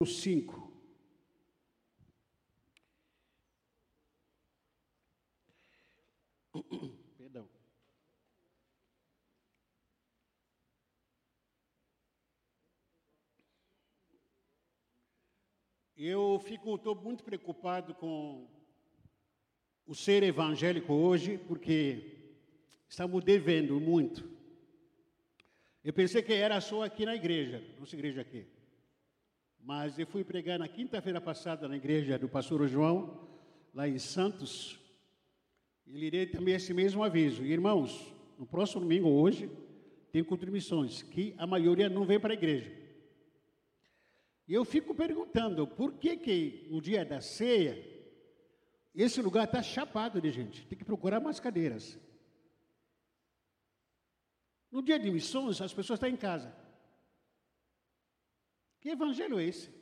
5. Perdão. Estou muito preocupado com o ser evangélico hoje, porque estamos devendo muito. Eu pensei que era só aqui na igreja, nossa igreja aqui. Mas eu fui pregar na quinta-feira passada na igreja do pastor João, lá em Santos. E lhe dei também esse mesmo aviso. Irmãos, no próximo domingo, hoje, tem culto de missões, que a maioria não vem para a igreja. E eu fico perguntando, por que no dia da ceia, esse lugar está chapado de gente? Tem que procurar mais cadeiras. No dia de missões, as pessoas estão em casa. Que evangelho é esse?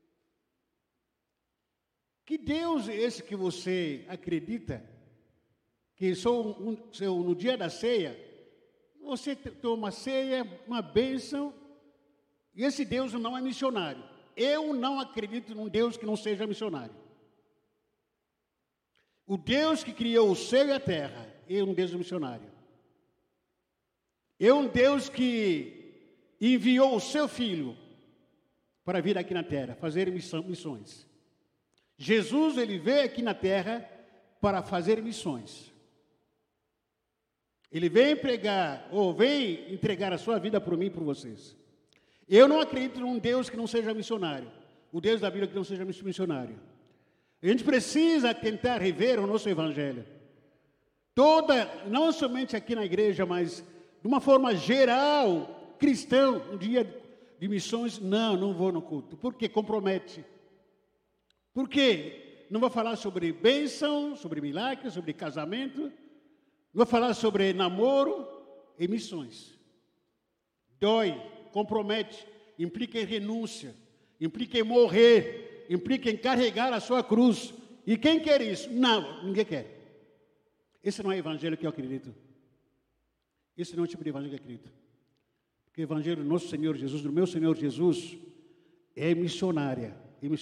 Que Deus é esse que você acredita? Que no dia da ceia, você toma ceia, uma bênção, e esse Deus não é missionário. Eu não acredito num Deus que não seja missionário. O Deus que criou o céu e a terra é um Deus missionário. É um Deus que enviou o seu Filho para vir aqui na terra, fazer missões. Jesus, ele veio aqui na terra para fazer missões. Ele vem pregar, ou vem entregar a sua vida por mim e por vocês. Eu não acredito num Deus que não seja missionário. O Deus da Bíblia que não seja missionário. A gente precisa tentar rever o nosso evangelho. Não somente aqui na igreja, mas de uma forma geral, cristão, um dia de missões, não vou no culto. Por quê? Compromete. Por quê? Não vou falar sobre bênção, sobre milagre, sobre casamento. Não vou falar sobre namoro e missões. Dói, compromete, implica em renúncia, implica em morrer, implica em carregar a sua cruz. E quem quer isso? Não, ninguém quer. Esse não é o evangelho que eu acredito. Esse não é o tipo de evangelho que eu acredito. Porque o evangelho do nosso Senhor Jesus, do meu Senhor Jesus, é missionária,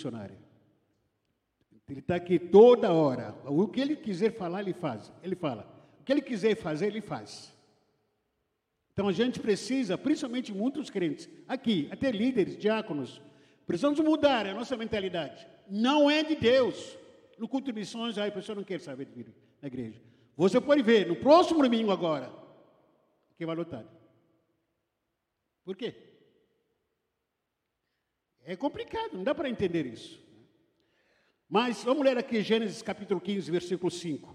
Ele está aqui toda hora. O que ele quiser falar, ele faz. Ele fala. O que ele quiser fazer, ele faz. Então a gente precisa, principalmente muitos crentes, aqui, até líderes, diáconos, precisamos mudar a nossa mentalidade. Não é de Deus. No culto de missões, a pessoa não quer saber de vir na igreja. Você pode ver, no próximo domingo agora, que vai lotado. Por quê? É complicado, não dá para entender isso. Mas vamos ler aqui Gênesis capítulo 15, versículo 5.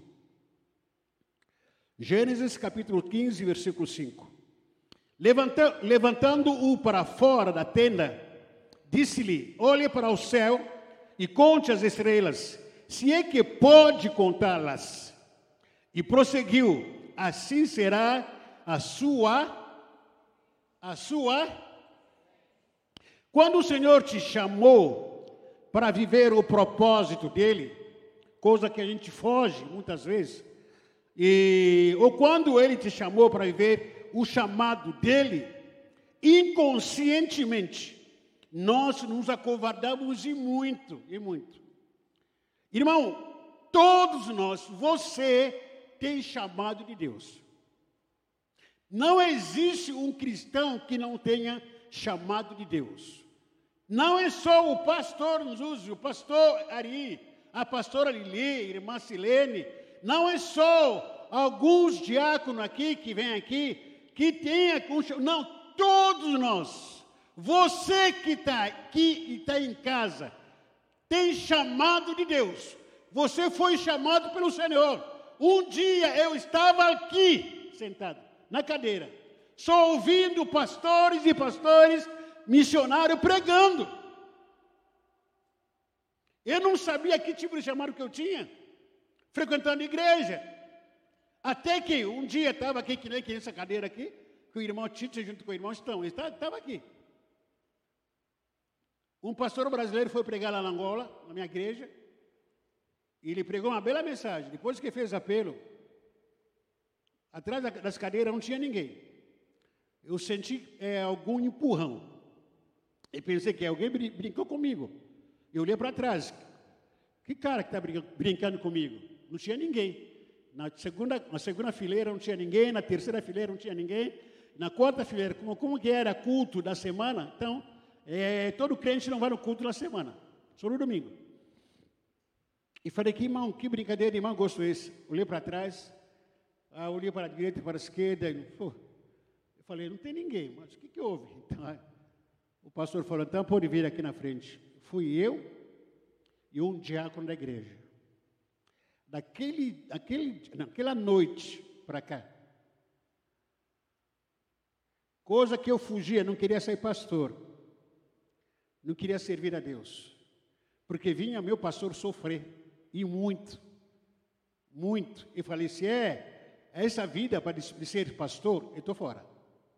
Gênesis capítulo 15, versículo 5. Levantando-o para fora da tenda, disse-lhe: olhe para o céu e conte as estrelas, se é que pode contá-las. E prosseguiu: assim será a sua. Quando o Senhor te chamou para viver o propósito dele, coisa que a gente foge muitas vezes, ou quando ele te chamou para viver o chamado dele, inconscientemente, nós nos acovardamos e muito. Irmão, todos nós, você tem chamado de Deus. Não existe um cristão que não tenha chamado de Deus. Não é só o pastor Nzuzi, o pastor Ari, a pastora Lili, a irmã Silene. Não é só alguns diáconos aqui que vêm aqui, que tenha... Não, todos nós. Você que está aqui e está em casa, tem chamado de Deus. Você foi chamado pelo Senhor. Um dia eu estava aqui, sentado, na cadeira, só ouvindo pastores e pastores, missionários pregando. Eu não sabia que tipo de chamado que eu tinha, frequentando a igreja. Até que um dia estava aqui, que nem aqui nessa cadeira aqui, que o irmão Tito junto com o irmão Estão, ele estava aqui. Um pastor brasileiro foi pregar lá na Angola, na minha igreja, e ele pregou uma bela mensagem. Depois que fez apelo, atrás das cadeiras não tinha ninguém. Eu senti algum empurrão. E pensei que alguém brincou comigo. Eu olhei para trás. Que cara que está brincando comigo? Não tinha ninguém. Na segunda fileira não tinha ninguém. Na terceira fileira não tinha ninguém. Na quarta fileira, como que era culto da semana, então, todo crente não vai no culto da semana. Só no domingo. E falei, que irmão, que brincadeira, irmão, gosto esse. Olhei para trás, olhei para a direita, para a esquerda. Eu falei, não tem ninguém, mas o que houve? Então, o pastor falou, então pode vir aqui na frente. Fui eu e um diácono da igreja. Naquela noite para cá, coisa que eu fugia, não queria ser pastor, não queria servir a Deus, porque vinha meu pastor sofrer, e muito, muito. E falei, se é essa vida para ser pastor, eu estou fora.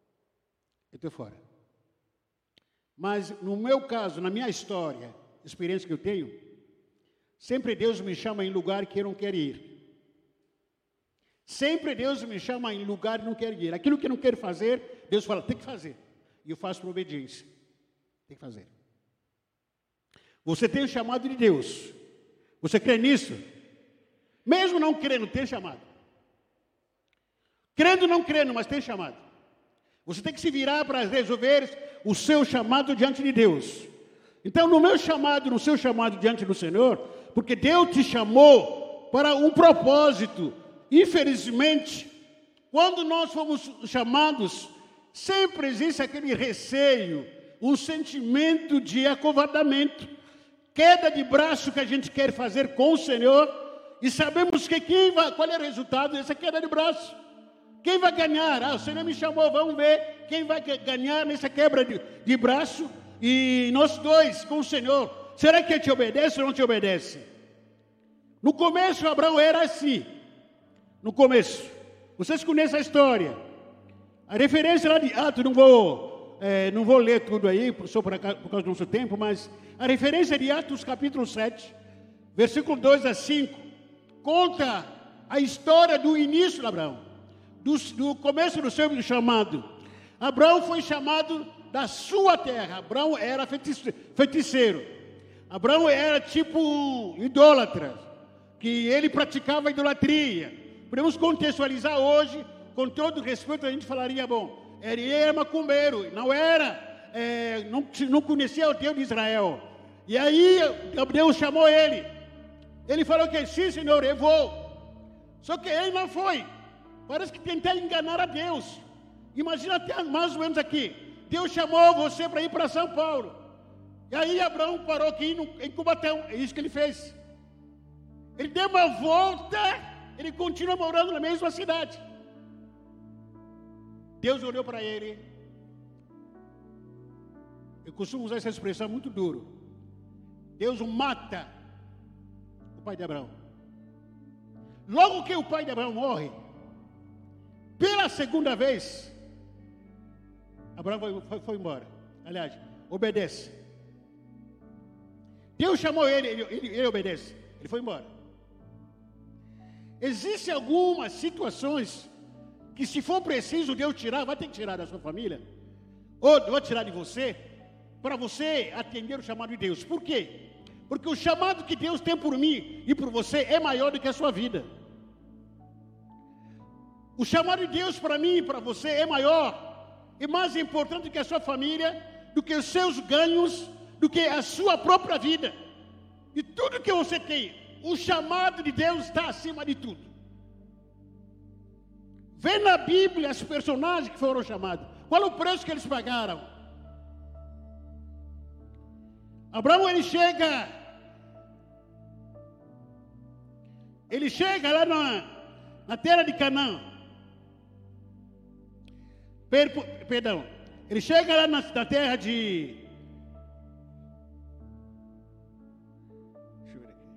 Mas no meu caso, na minha história, experiência que eu tenho, sempre Deus me chama em lugar que eu não quero ir. Sempre Deus me chama em lugar que eu não quero ir. Aquilo que eu não quero fazer, Deus fala, tem que fazer. E eu faço por obediência. Tem que fazer. Você tem o chamado de Deus. Você crê nisso? Mesmo não crendo, tem chamado. Crendo ou não crendo, mas tem chamado. Você tem que se virar para resolver o seu chamado diante de Deus. Então, no meu chamado, no seu chamado diante do Senhor, porque Deus te chamou para um propósito. Infelizmente, quando nós fomos chamados, sempre existe aquele receio, um sentimento de acovardamento, queda de braço que a gente quer fazer com o Senhor, e sabemos que qual é o resultado dessa queda de braço? Quem vai ganhar? O Senhor me chamou, vamos ver quem vai ganhar nessa quebra de braço, e nós dois com o Senhor. Será que ele te obedece ou não te obedece? No começo, Abraão era assim. No começo. Vocês conhecem a história. A referência lá de Atos, não vou ler tudo aí, só por causa do nosso tempo, mas a referência de Atos capítulo 7, versículo 2 a 5, conta a história do início de Abraão, do começo do seu chamado. Abraão foi chamado da sua terra. Abraão era feiticeiro. Abraão era tipo um idólatra, que ele praticava idolatria. Podemos contextualizar hoje, com todo respeito, a gente falaria, bom, ele era macumbeiro, não conhecia o Deus de Israel. E aí, Deus chamou ele. Ele falou que sim, Senhor, eu vou. Só que ele não foi. Parece que tentar enganar a Deus. Imagina até mais ou menos aqui. Deus chamou você para ir para São Paulo. E aí Abraão parou aqui em Cubatão. É isso que ele fez. Ele deu uma volta, ele continua morando na mesma cidade. Deus olhou para ele. Eu costumo usar essa expressão muito duro. Deus mata o pai de Abraão. Logo que o pai de Abraão morre, pela segunda vez, Abraão foi embora. Aliás, obedece. Deus chamou ele obedece. Ele foi embora. Existem algumas situações que, se for preciso Deus tirar, vai ter que tirar da sua família, ou vai tirar de você, para você atender o chamado de Deus. Por quê? Porque o chamado que Deus tem por mim e por você é maior do que a sua vida. O chamado de Deus para mim e para você é maior e mais importante do que a sua família, do que os seus ganhos, do que a sua própria vida. E tudo que você tem, o chamado de Deus está acima de tudo. Vê na Bíblia os personagens que foram chamados. Qual é o preço que eles pagaram? Abraão, ele chega lá na terra de Canaã. Perdão. Ele chega lá na terra de... Deixa eu ver aqui.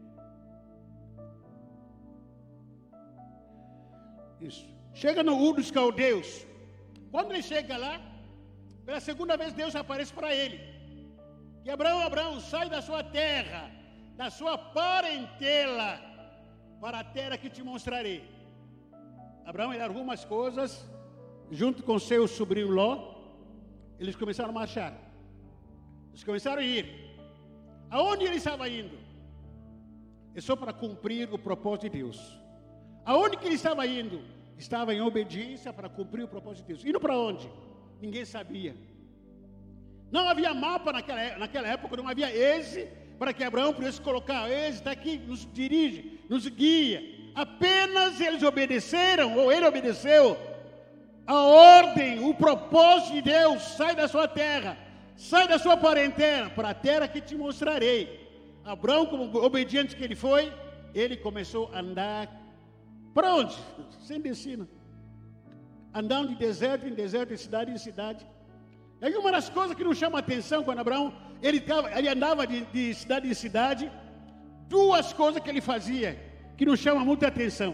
Isso. Chega no Ur dos Caldeus. Quando ele chega lá, pela segunda vez Deus aparece para ele. E Abraão, sai da sua terra, da sua parentela, para a terra que te mostrarei. Abraão, ele arruma as coisas, junto com seu sobrinho Ló, eles começaram a marchar. Eles começaram a ir. Aonde ele estava indo? É só para cumprir o propósito de Deus. Aonde que ele estava indo? Estava em obediência para cumprir o propósito de Deus. Indo para onde? Ninguém sabia. Não havia mapa naquela época, não havia esse para que Abraão pudesse colocar. Esse está aqui, nos dirige, nos guia. Apenas eles obedeceram, ou ele obedeceu a ordem, o propósito de Deus. Sai da sua terra, sai da sua parentela, para a terra que te mostrarei. Abraão, como obediente que ele foi, ele começou a andar para onde? Sem destino. Andando de deserto em deserto, de cidade em cidade. E aí uma das coisas que nos chama a atenção quando Abraão, ele andava de cidade em cidade, duas coisas que ele fazia, que nos chama muita atenção.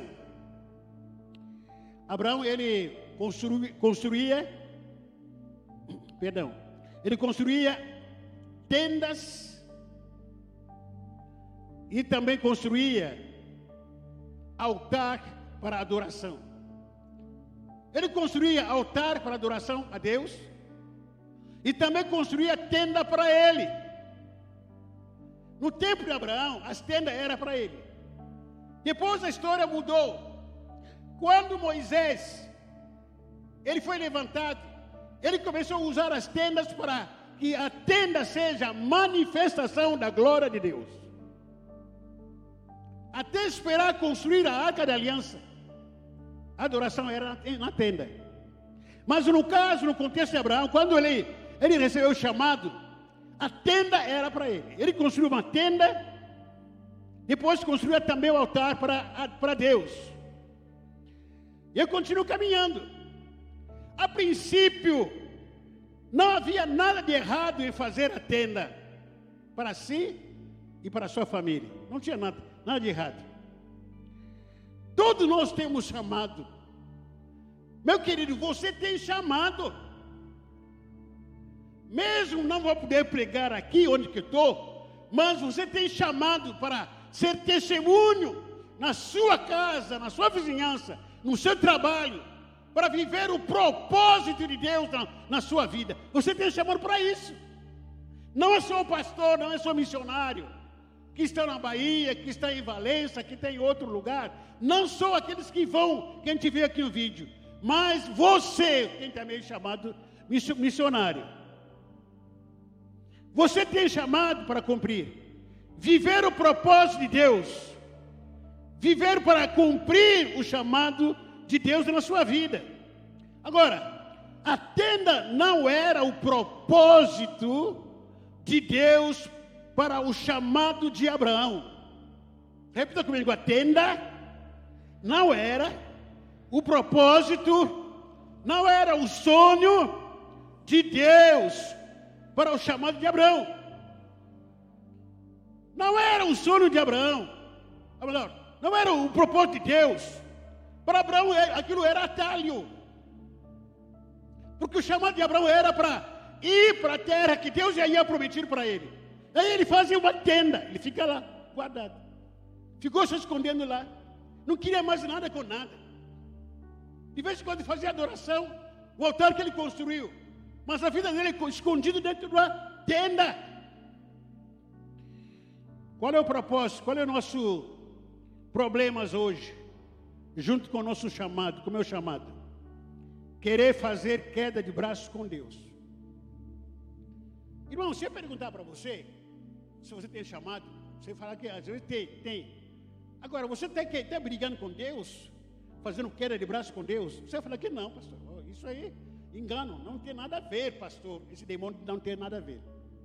Abraão, ele construía tendas e também construía altar para adoração. Ele construía altar para adoração a Deus e também construía tenda para ele. No tempo de Abraão, as tendas eram para ele. Depois a história mudou. Quando Moisés, ele foi levantado, ele começou a usar as tendas para que a tenda seja a manifestação da glória de Deus. Até esperar construir a Arca da Aliança, a adoração era na tenda. Mas no caso, no contexto de Abraão, quando ele recebeu o chamado, a tenda era para ele. Ele construiu uma tenda, depois construiu também o altar para Deus. E eu continuo caminhando. A princípio, não havia nada de errado em fazer a tenda para si e para a sua família. Não tinha nada de errado. Todos nós temos chamado. Meu querido, você tem chamado. Mesmo não vou poder pregar aqui onde que estou, mas você tem chamado para ser testemunho na sua casa, na sua vizinhança, no seu trabalho, para viver o propósito de Deus na sua vida. Você tem chamado para isso. Não é só o pastor, não é só o missionário que está na Bahia, que está em Valença, que está em outro lugar. Não são aqueles que a gente vê aqui no vídeo, mas você tem também chamado missionário. Você tem chamado para cumprir, viver o propósito de Deus, viver para cumprir o chamado de Deus na sua vida. Agora, a tenda não era o propósito de Deus para o chamado de Abraão. Repita comigo, a tenda não era o propósito, não era o sonho de Deus para o chamado de Abraão. Não era o sonho de Abraão. Não era o propósito de Deus. Para Abraão aquilo era atalho. Porque o chamado de Abraão era para ir para a terra que Deus já havia prometido para ele. Aí ele fazia uma tenda, ele fica lá, guardado. Ficou se escondendo lá. Não queria mais nada com nada. De vez em quando fazia adoração, o altar que ele construiu. Mas a vida dele escondido dentro da tenda. Qual é o propósito? Qual é o nosso problemas hoje? Junto com o nosso chamado, com o meu chamado. Querer fazer queda de braços com Deus. Irmão, se eu perguntar para você, se você tem chamado, você falar que às vezes tem. Agora, você está brigando com Deus, fazendo queda de braços com Deus? Você fala que não, pastor. Isso aí, engano, não tem nada a ver, pastor. Esse demônio não tem nada a ver.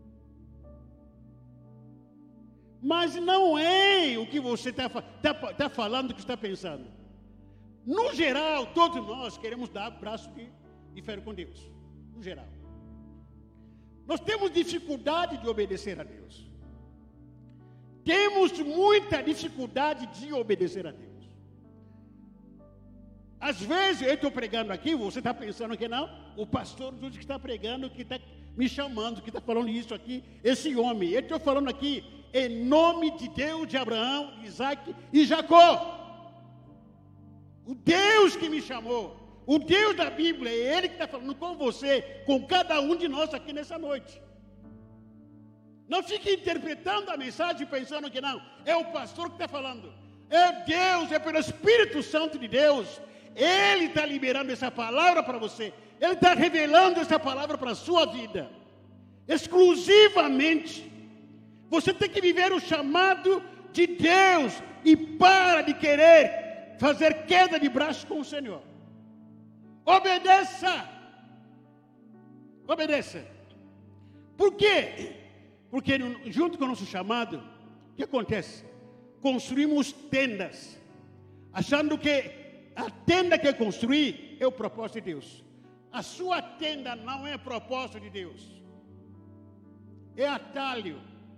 Mas não é o que você está falando, o que está pensando. No geral, todos nós queremos dar braço de ferro com Deus. No geral. Nós temos dificuldade de obedecer a Deus. Temos muita dificuldade de obedecer a Deus. Às vezes eu estou pregando aqui, você está pensando que não, o pastor que está pregando, que está me chamando, que está falando isso aqui, esse homem. Eu estou falando aqui em nome de Deus, de Abraão, Isaac e Jacó. O Deus que me chamou, o Deus da Bíblia, é Ele que está falando com você, com cada um de nós aqui nessa noite. Não fique interpretando a mensagem pensando que não, é o pastor que está falando. É Deus, é pelo Espírito Santo de Deus. Ele está liberando essa palavra para você. Ele está revelando essa palavra para a sua vida. Exclusivamente. Você tem que viver o chamado de Deus e para de querer fazer queda de braço com o Senhor. Obedeça. Obedeça. Por quê? Porque junto com o nosso chamado, o que acontece? Construímos tendas, achando que a tenda que construí é o propósito de Deus. A sua tenda não é propósito de Deus. É atalho.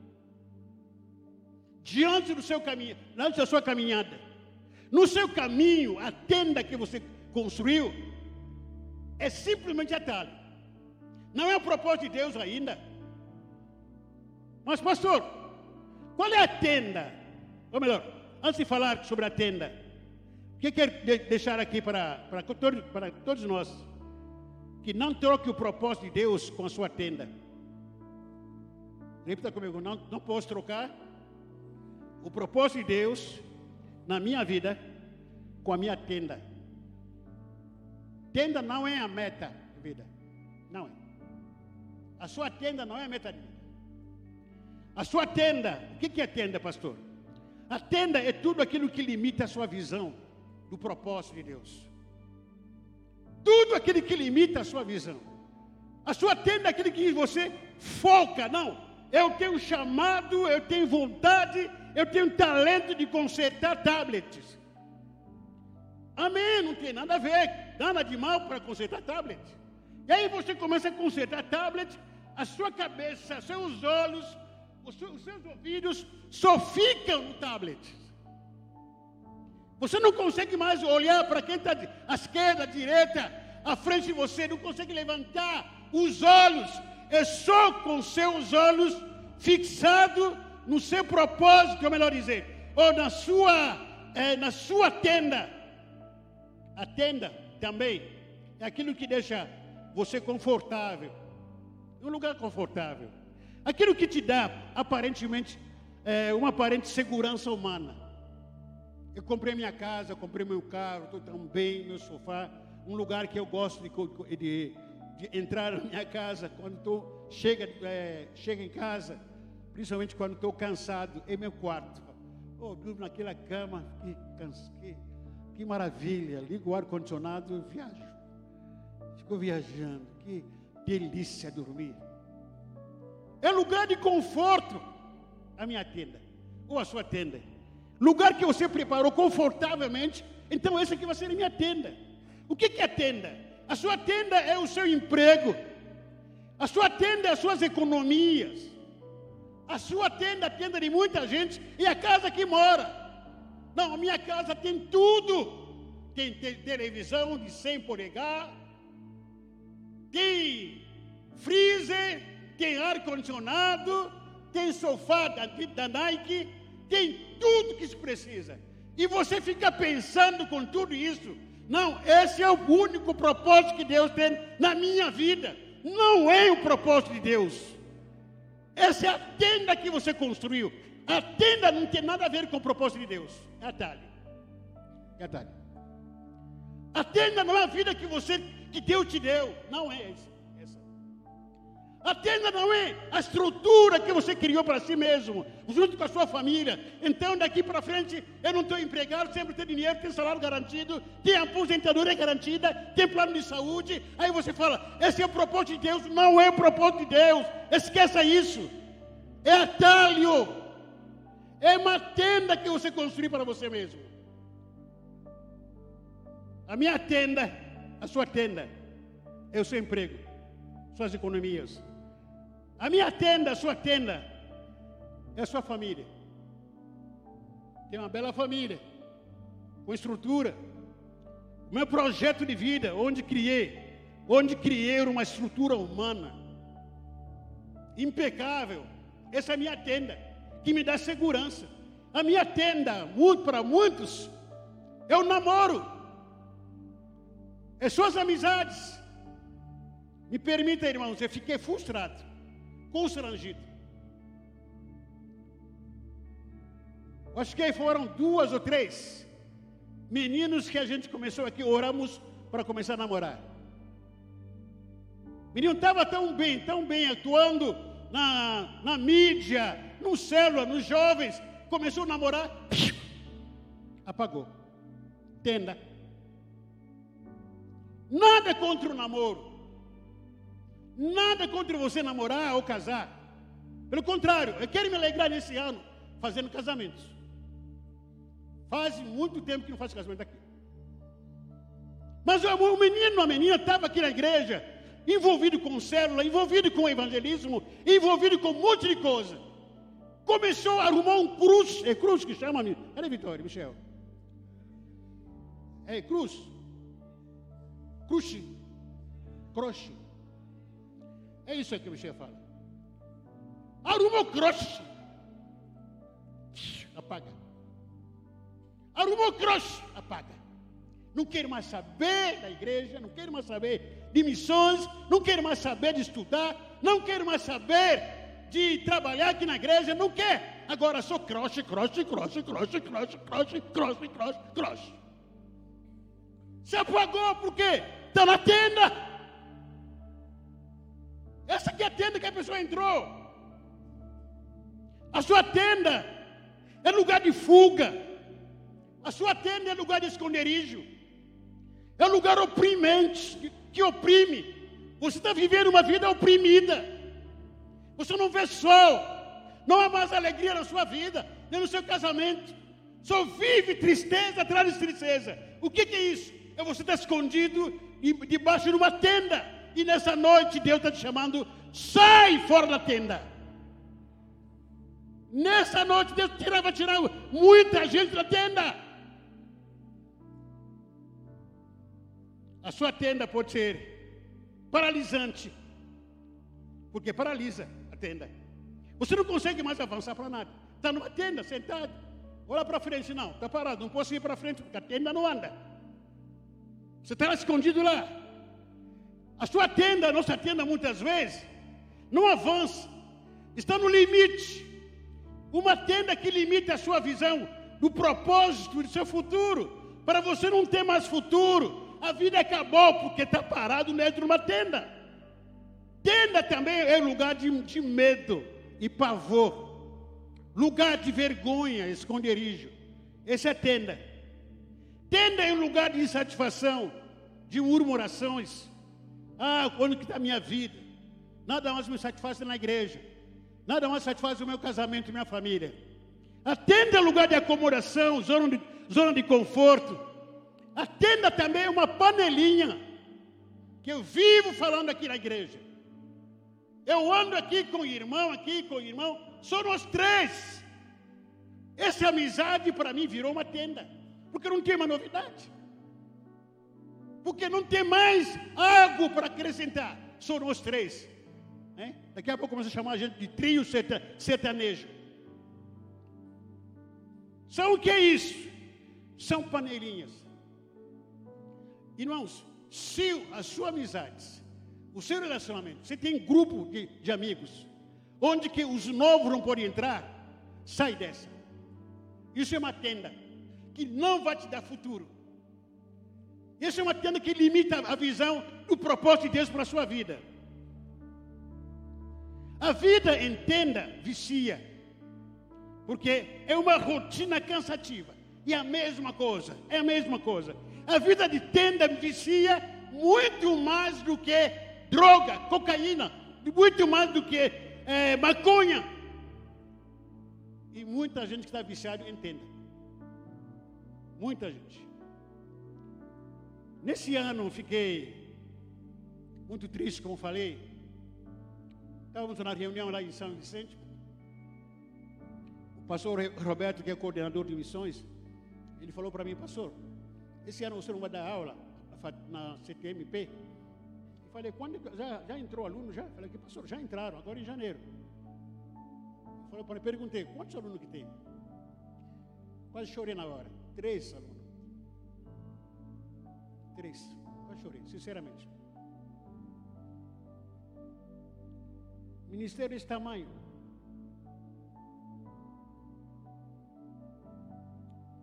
Diante do seu caminho, diante da sua caminhada. No seu caminho, a tenda que você construiu é simplesmente atalho. Não é o propósito de Deus ainda. Mas, pastor, qual é a tenda? Ou melhor, antes de falar sobre a tenda, o que eu quero deixar aqui para todos nós? Que não troque o propósito de Deus com a sua tenda. Repita comigo, não posso trocar o propósito de Deus na minha vida com a minha tenda. Tenda não é a meta de vida. Não é. A sua tenda não é a meta de vida. A sua tenda, o que é tenda, pastor? A tenda é tudo aquilo que limita a sua visão do propósito de Deus. Tudo aquilo que limita a sua visão. A sua tenda é aquilo que você foca. Não, eu tenho chamado, eu tenho vontade, eu tenho talento de consertar tablets. Amém, não tem nada a ver, nada de mal para consertar tablet. E aí você começa a consertar tablet, a sua cabeça, seus olhos, os seus ouvidos só ficam no tablet. Você não consegue mais olhar para quem está à esquerda, à direita, à frente de você, não consegue levantar os olhos. É só com seus olhos fixados no seu propósito, ou melhor dizer, ou na sua tenda. A tenda também é aquilo que deixa você confortável, um lugar confortável. Aquilo que te dá, aparentemente, uma aparente segurança humana. Eu comprei minha casa, comprei meu carro, estou tão bem, meu sofá, um lugar que eu gosto de entrar na minha casa, quando chega em casa, principalmente quando estou cansado, é meu quarto. Durmo naquela cama, que maravilha, ligo o ar-condicionado e viajo. Fico viajando, que delícia dormir. É lugar de conforto, a minha tenda, ou a sua tenda. Lugar que você preparou confortavelmente, então esse aqui vai ser a minha tenda. O que é tenda? A sua tenda é o seu emprego. A sua tenda é as suas economias. A sua tenda, a tenda de muita gente, e a casa que mora. Não, a minha casa tem tudo. Tem televisão de 100 polegadas, tem freezer, tem ar-condicionado, tem sofá da Nike, tem tudo que se precisa. E você fica pensando com tudo isso. Não, esse é o único propósito que Deus tem na minha vida. Não é o propósito de Deus. Essa é a tenda que você construiu. A tenda não tem nada a ver com o propósito de Deus. É atalho. É atalho. A tenda não é a vida que Deus te deu. Não é essa. A tenda não é a estrutura que você criou para si mesmo, junto com a sua família. Então, daqui para frente, eu não estou empregado, sempre tenho dinheiro, tenho salário garantido, tem aposentadoria garantida, tem plano de saúde. Aí você fala, esse é o propósito de Deus. Não é o propósito de Deus. Esqueça isso. É atalho. É uma tenda que você construiu para você mesmo. A minha tenda, a sua tenda, é o seu emprego, suas economias. A minha tenda, a sua tenda, é a sua família. Tem uma bela família, com estrutura. O meu projeto de vida, onde criei uma estrutura humana, impecável. Essa é a minha tenda, que me dá segurança. A minha tenda, para muitos, é o namoro. É suas amizades. Me permita, irmãos, eu fiquei frustrado, constrangido. Acho que foram 2 ou 3 meninos que a gente começou aqui, oramos para começar a namorar. O menino estava tão bem, atuando na mídia, no célula, nos jovens, começou a namorar, apagou. Tenda. Nada contra o namoro. Nada contra você namorar ou casar. Pelo contrário, eu quero me alegrar nesse ano fazendo casamentos. Faz muito tempo que não faço casamento aqui. Mas o menino, a menina estava aqui na igreja, envolvido com célula, envolvido com evangelismo, envolvido com um monte de coisa. Começou a arrumar um cruz. É cruz que chama? Cadê Vitória, Michel? É cruz. Crush. Croche. É isso que o Michel fala. Arrumou croche. Apaga. Arrumou croche. Apaga. Não quero mais saber da igreja, não quero mais saber de missões, não quero mais saber de estudar, não quero mais saber de trabalhar aqui na igreja, não quer. Agora sou croche. Se apagou por quê? Está na tenda. Essa aqui é a tenda que a pessoa entrou. A sua tenda é lugar de fuga. A sua tenda é lugar de esconderijo. É um lugar oprimente, que oprime. Você está vivendo uma vida oprimida. Você não vê sol. Não há mais alegria na sua vida, nem no seu casamento. Só vive tristeza atrás de tristeza. O que é isso? É você estar escondido debaixo de uma tenda. E nessa noite Deus está te chamando, sai fora da tenda. Nessa noite Deus vai tirar muita gente da tenda. A sua tenda pode ser paralisante, porque paralisa a tenda. Você não consegue mais avançar para nada. Está numa tenda, sentado. Olha para frente, não, está parado, não posso ir para frente, porque a tenda não anda. Você está escondido lá. A sua tenda, a nossa tenda, muitas vezes, não avança. Está no limite. Uma tenda que limita a sua visão do propósito do seu futuro. Para você não ter mais futuro. A vida acabou porque está parado dentro de uma tenda. Tenda também é lugar de medo e pavor. Lugar de vergonha, esconderijo. Esse é tenda. Tenda é um lugar de insatisfação, de murmurações. Onde que está a minha vida? Nada mais me satisfaz na igreja. Nada mais satisfaz o meu casamento e minha família. A tenda é lugar de acomodação, zona de conforto. A tenda também é uma panelinha que eu vivo falando aqui na igreja. Eu ando aqui com o irmão, só nós 3. Essa amizade para mim virou uma tenda, porque não tem uma novidade. Porque não tem mais algo para acrescentar. Só nós 3. Daqui a pouco começa a chamar a gente de trio sertanejo. São o que é isso? São panelinhas. Irmãos, se as suas amizades, o seu relacionamento, você tem grupo de amigos, onde que os novos não podem entrar, sai dessa. Isso é uma tenda que não vai te dar futuro. Isso é uma tenda que limita a visão do propósito de Deus para a sua vida. A vida em tenda vicia, porque é uma rotina cansativa. E a mesma coisa, A vida de tenda vicia muito mais do que droga, cocaína, muito mais do que maconha. E muita gente que está viciada em tenda. Muita gente. Nesse ano eu fiquei muito triste, como falei. Estávamos na reunião lá em São Vicente. O pastor Roberto, que é coordenador de missões, ele falou para mim: pastor, esse ano você não vai dar aula na CTMP? Eu falei: quando já entrou aluno? Já? Eu falei: pastor, já entraram, agora em janeiro. Eu perguntei: quantos alunos que tem? Quase chorei na hora. 3 alunos. 3. Quase chorei, sinceramente. Ministério desse tamanho.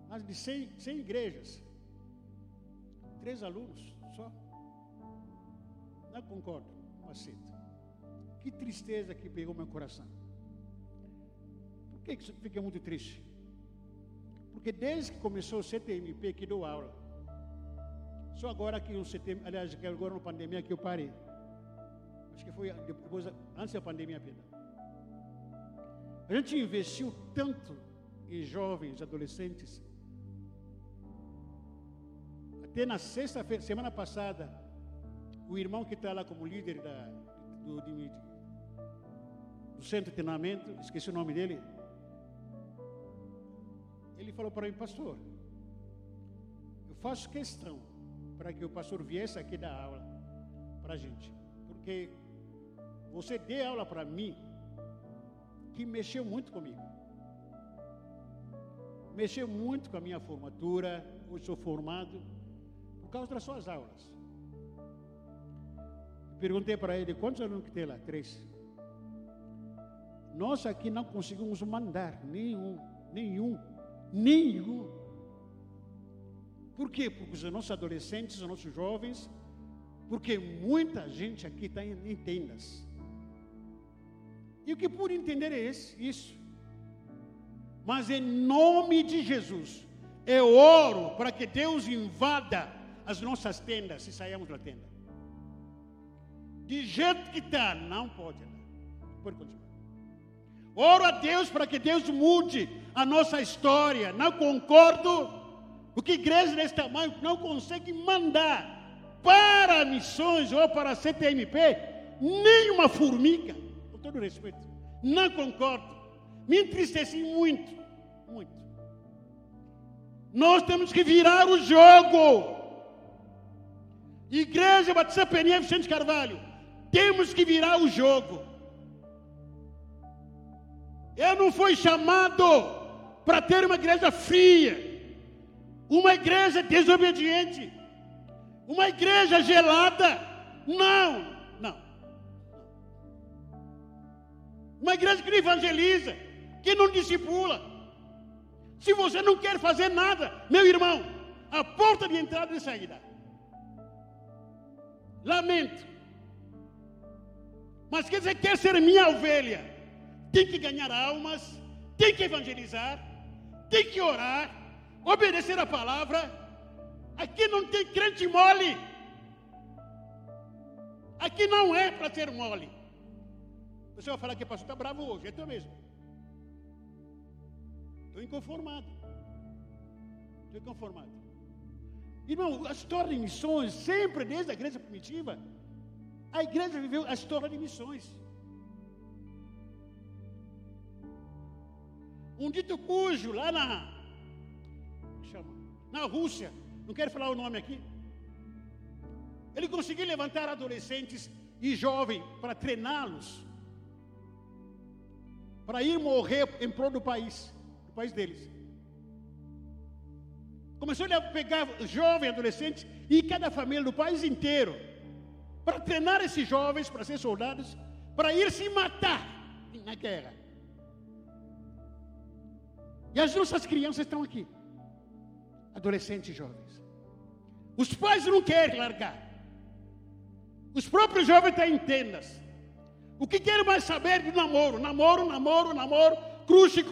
mais de 100 igrejas. 3 alunos só. Não concordo, não aceito. Que tristeza que pegou meu coração. Por que isso fica muito triste? Porque desde que começou o CTMP que dou aula, só agora que o CTMP, aliás, que agora na pandemia que eu parei. Acho que foi depois, antes da pandemia, perdão. A gente investiu tanto em jovens, adolescentes. Até na sexta-feira, semana passada, o irmão que está lá como líder do centro de treinamento, esqueci o nome dele, ele falou para mim: pastor, eu faço questão para que o pastor viesse aqui dar aula para a gente, porque você deu aula para mim que mexeu muito comigo, mexeu muito com a minha formatura. Hoje sou formado por causa das suas aulas. Perguntei para ele: quantos alunos que tem lá? 3. Nós aqui não conseguimos mandar nenhum. Por quê? Porque os nossos adolescentes, os nossos jovens, porque muita gente aqui está em tendas. E o que pude entender é isso. Mas em nome de Jesus, eu oro para que Deus invada as nossas tendas, se sairmos da tenda. De jeito que está, não pode continuar. Oro a Deus para que Deus mude a nossa história. Não concordo, porque igreja desse tamanho não consegue mandar para missões ou para a CTMP nem uma formiga. Com todo respeito, não concordo. Me entristeci muito. Nós temos que virar o jogo. Igreja Batista Peninha Vicente Carvalho, temos que virar o jogo. Eu não fui chamado para ter uma igreja fria, uma igreja desobediente, uma igreja gelada. Não. Uma igreja que não evangeliza, que não discipula. Se você não quer fazer nada, meu irmão, a porta de entrada e saída. Lamento. Mas quer dizer, quer ser minha ovelha, tem que ganhar almas, tem que evangelizar, tem que orar, obedecer a palavra. Aqui não tem crente mole. Aqui não é para ser mole. Você vai falar que o pastor está bravo hoje, é tu mesmo. Estou inconformado. Irmão, a história de missões, sempre desde a igreja primitiva, a igreja viveu a história de missões. Um dito cujo lá na Rússia, não quero falar o nome aqui, ele conseguiu levantar adolescentes e jovens para treiná-los, para ir morrer em prol do país deles. Começou a pegar jovens, adolescentes e cada família do país inteiro para treinar esses jovens para ser soldados, para ir se matar na guerra. E as nossas crianças estão aqui, adolescentes e jovens. Os pais não querem largar. Os próprios jovens estão em tendas. O que querem mais saber de namoro? Namoro, crush.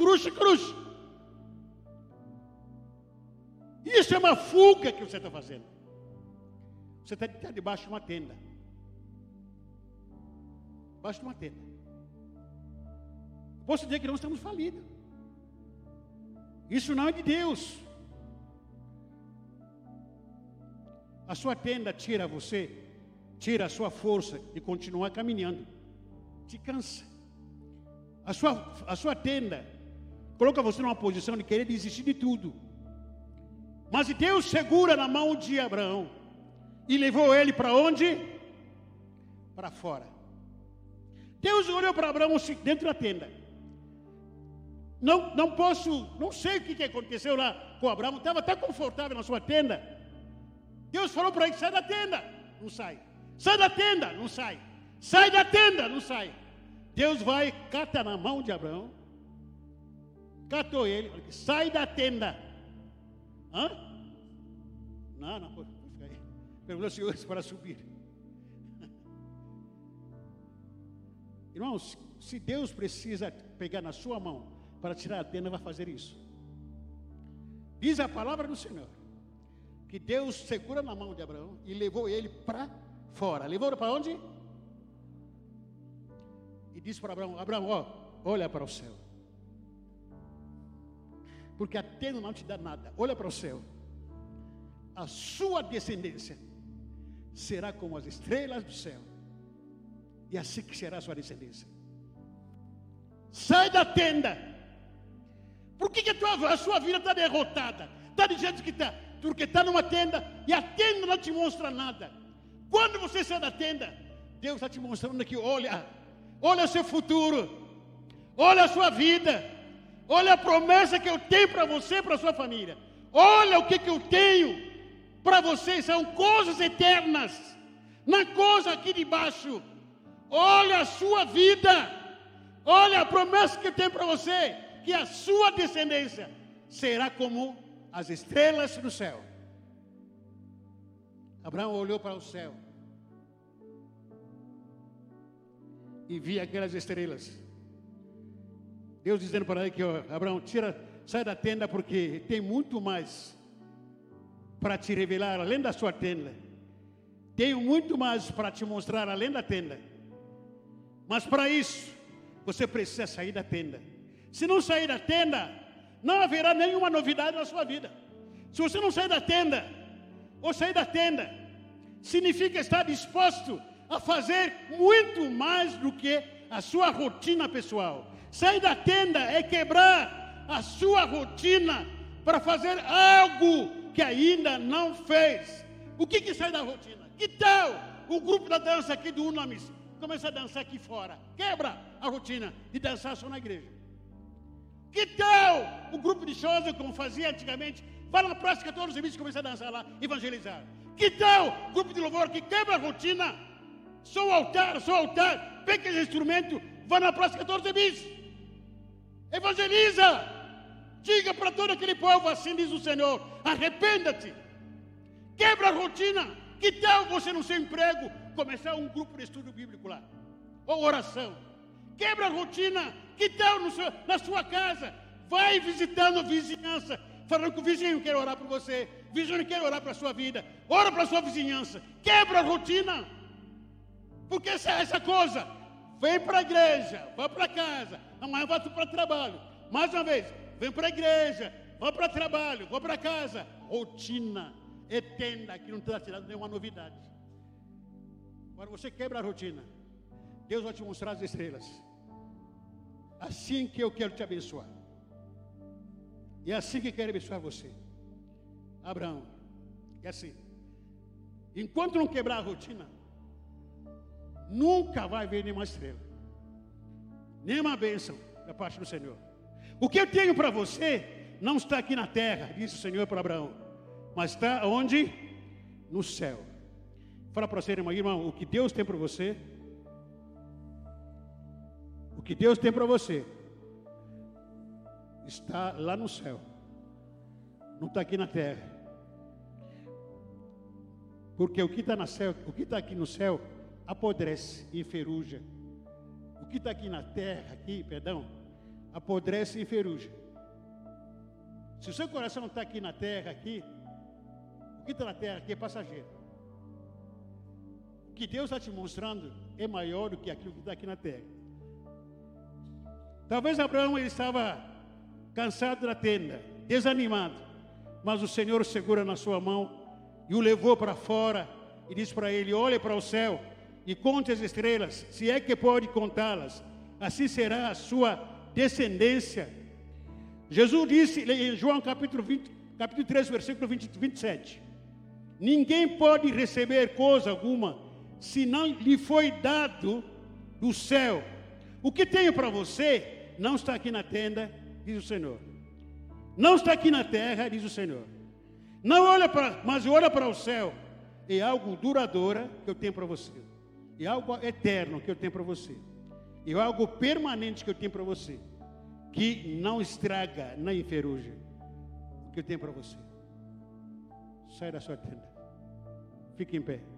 Isso é uma fuga que você está fazendo. Você está debaixo de uma tenda. Posso dizer que nós estamos falidos. Isso não é de Deus. A sua tenda tira a sua força de continuar caminhando. Te cansa. A sua tenda coloca você numa posição de querer desistir de tudo. Mas Deus segura na mão de Abraão e levou ele para onde? Para fora. Deus olhou para Abraão dentro da tenda. Não sei o que aconteceu lá com Abraão. Estava tão confortável na sua tenda. Deus falou para ele: sai da tenda, não sai. Sai da tenda, não sai. Sai da tenda, não sai. Deus vai, cata na mão de Abraão, catou ele, sai da tenda. Hã? Não, pode ficar aí. Pergunta aos senhores para subir. Irmãos, se Deus precisa pegar na sua mão para tirar a tenda, vai fazer isso. Diz a palavra do Senhor que Deus segura na mão de Abraão e levou ele para fora. Levou para onde? E disse para Abraão: Abraão, olha para o céu, porque a tenda não te dá nada. Olha para o céu. A sua descendência será como as estrelas do céu, e assim que será a sua descendência. Sai da tenda. Por que a sua vida está derrotada? Está do jeito que está? Porque está numa tenda e a tenda não te mostra nada. Quando você sai da tenda, Deus está te mostrando que olha o seu futuro, olha a sua vida, olha a promessa que eu tenho para você e para a sua família. Olha o que eu tenho para vocês, são coisas eternas, não coisa aqui de baixo. Olha a sua vida, olha a promessa que eu tenho para você, que a sua descendência será como as estrelas do céu. Abraão olhou para o céu e via aquelas estrelas. Deus dizendo para ele que, Abraão, sai da tenda, porque tem muito mais para te revelar além da sua tenda. Tenho muito mais para te mostrar além da tenda. Mas para isso, você precisa sair da tenda. Se não sair da tenda, não haverá nenhuma novidade na sua vida. Se você não sair da tenda, ou sair da tenda, significa estar disposto a fazer muito mais do que a sua rotina pessoal. Sair da tenda é quebrar a sua rotina para fazer algo que ainda não fez. O que sai da rotina? Que tal o grupo da dança aqui do Unamis começa a dançar aqui fora? Quebra a rotina de dançar só na igreja. Que tal o grupo de shows, como fazia antigamente, vai na praça 14 bis e começa a dançar lá, evangelizar? Que tal o grupo de louvor que quebra a rotina? Só o altar, pega esse instrumento, vai na praça 14 bis, evangeliza, diga para todo aquele povo, assim diz o Senhor: arrependa-te, quebra a rotina. Que tal você no seu emprego começar um grupo de estudo bíblico lá, ou oração? Quebra a rotina. Que tal na sua casa, vai visitando a vizinhança, falando que o vizinho quer orar por você, o vizinho quer orar para a sua vida, ora para a sua vizinhança. Quebra a rotina. Porque essa coisa, vem para a igreja, vai para casa, amanhã vai para o trabalho, mais uma vez, vem para a igreja, vai para o trabalho, vai para casa. Rotina eterna que não está tirando nenhuma novidade. Quando você quebra a rotina, Deus vai te mostrar as estrelas. Assim que eu quero te abençoar, e é assim que quero abençoar você, Abraão. É assim, enquanto não quebrar a rotina, nunca vai ver nenhuma estrela, nenhuma bênção da parte do Senhor. O que eu tenho para você não está aqui na terra, disse o Senhor para Abraão, mas está onde? No céu. Fala para você, irmão, o que Deus tem para você, o que Deus tem para você está lá no céu, não está aqui na terra. Porque o que está aqui no céu apodrece e enferruja. O que está aqui na terra, apodrece e enferruja. Se o seu coração não está aqui na terra, o que está na terra aqui é passageiro. O que Deus está te mostrando é maior do que aquilo que está aqui na terra. Talvez Abraão ele estava cansado da tenda, desanimado, mas o Senhor segura na sua mão e o levou para fora e disse para ele: olhe para o céu e conte as estrelas, se é que pode contá-las, assim será a sua descendência. Jesus disse em João capítulo 3, versículo 27, ninguém pode receber coisa alguma se não lhe foi dado do céu. O que tenho para você não está aqui na tenda, diz o Senhor. Não está aqui na terra, diz o Senhor. Mas olha para o céu. É algo duradouro que eu tenho para você. É algo eterno que eu tenho para você. É algo permanente que eu tenho para você. Que não estraga, nem enferruja. O que eu tenho para você. Sai da sua tenda. Fique em pé.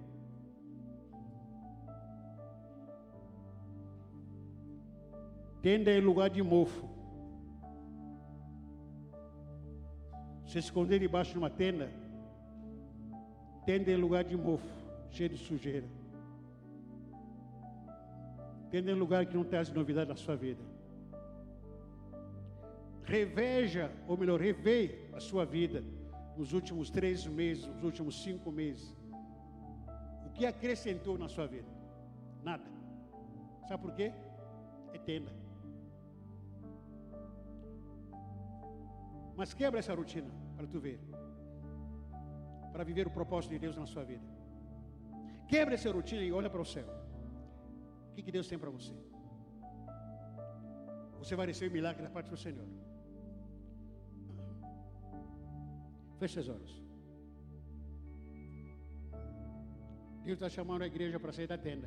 Tenda é lugar de mofo. Se esconder debaixo de uma tenda, tenda é lugar de mofo, cheio de sujeira. Tenda é lugar que não traz novidade na sua vida. Reveja, ou melhor, revê a sua vida nos últimos 3 meses, nos últimos 5 meses. O que acrescentou na sua vida? Nada. Sabe por quê? É tenda. Mas quebra essa rotina para tu ver. Para viver o propósito de Deus na sua vida. Quebra essa rotina e olha para o céu. O que Deus tem para você? Você vai receber milagre da parte do Senhor. Feche os olhos. Deus está chamando a igreja para sair da tenda.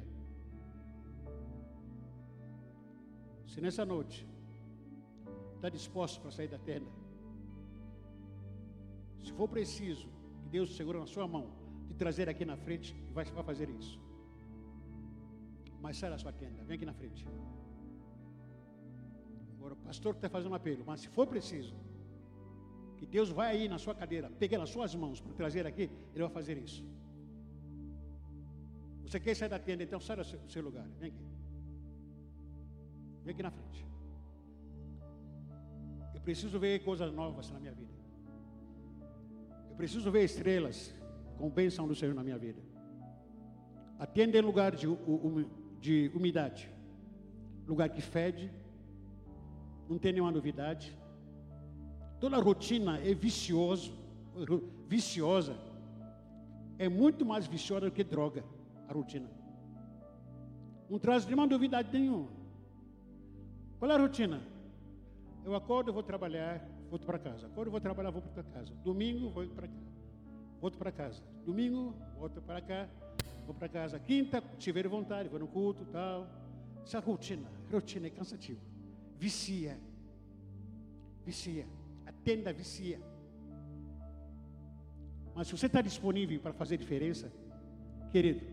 Se nessa noite está disposto para sair da tenda, se for preciso que Deus segura na sua mão, te trazer aqui na frente, vai fazer isso. Mas sai da sua tenda, vem aqui na frente. Agora o pastor está fazendo um apelo, mas se for preciso que Deus vai aí na sua cadeira, pegar nas suas mãos para trazer aqui, Ele vai fazer isso. Você quer sair da tenda, então sai do seu lugar, vem aqui. Vem aqui na frente. Eu preciso ver coisas novas na minha vida. Eu preciso ver estrelas com bênção do Senhor na minha vida. A tenda é lugar de umidade, lugar que fede, não tem nenhuma novidade. Toda rotina é viciosa, é muito mais viciosa do que droga, a rotina. Não traz nenhuma novidade nenhuma. Qual é a rotina? Eu acordo, vou trabalhar, volto para casa. Acordo, vou trabalhar, vou para casa. Domingo, vou para cá. Volto para casa. Domingo, volto para cá, vou para casa. Quinta, se tiver vontade, vou no culto, tal. Essa rotina é cansativa. Vicia. A tenda vicia. Mas se você está disponível para fazer diferença, querido,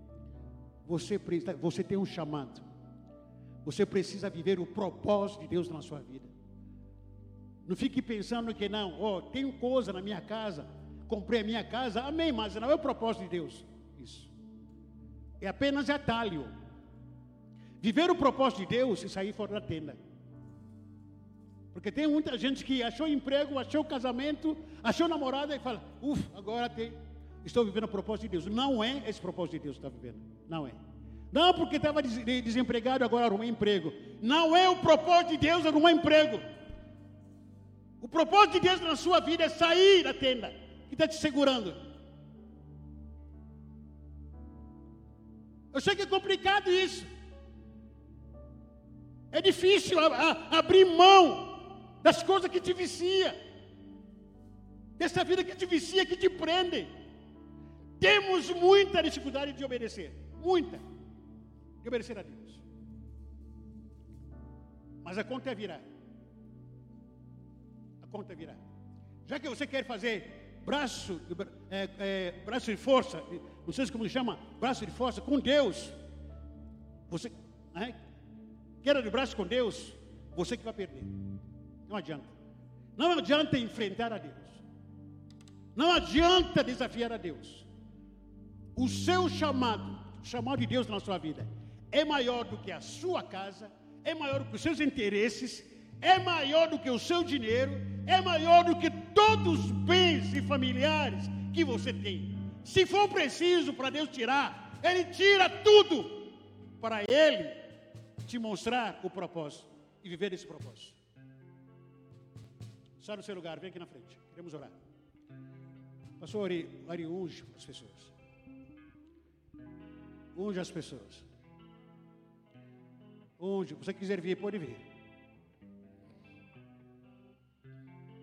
você tem um chamado. Você precisa viver o propósito de Deus na sua vida. Não fique pensando que não, tenho coisa na minha casa, comprei a minha casa, amém, mas não é o propósito de Deus. Isso é apenas atalho. Viver o propósito de Deus e sair fora da tenda. Porque tem muita gente que achou emprego, achou casamento, achou namorada e fala, agora estou vivendo o propósito de Deus. Não é esse propósito de Deus que está vivendo. Não é. Não, porque estava desempregado, agora arrumei emprego. Não é o propósito de Deus arrumar emprego. O propósito de Deus na sua vida é sair da tenda que está te segurando. Eu sei que é complicado isso. É difícil abrir mão das coisas que te vicia, dessa vida que te vicia, que te prende. Temos muita dificuldade de obedecer, de obedecer a Deus. Mas a conta virá. Já que você quer fazer braço de força, não sei como se chama, braço de força com Deus, você queira de braço com Deus, você que vai perder. Não adianta enfrentar a Deus, não adianta desafiar a Deus. O seu chamado, o chamado de Deus na sua vida, é maior do que a sua casa, é maior do que os seus interesses, é maior do que o seu dinheiro, é maior do que todos os bens e familiares que você tem. Se for preciso para Deus tirar, Ele tira tudo para Ele te mostrar o propósito e viver esse propósito. Sai do seu lugar, vem aqui na frente, queremos orar. Pastor Ari, unge as pessoas. Unge as pessoas. Onde você quiser vir, pode vir.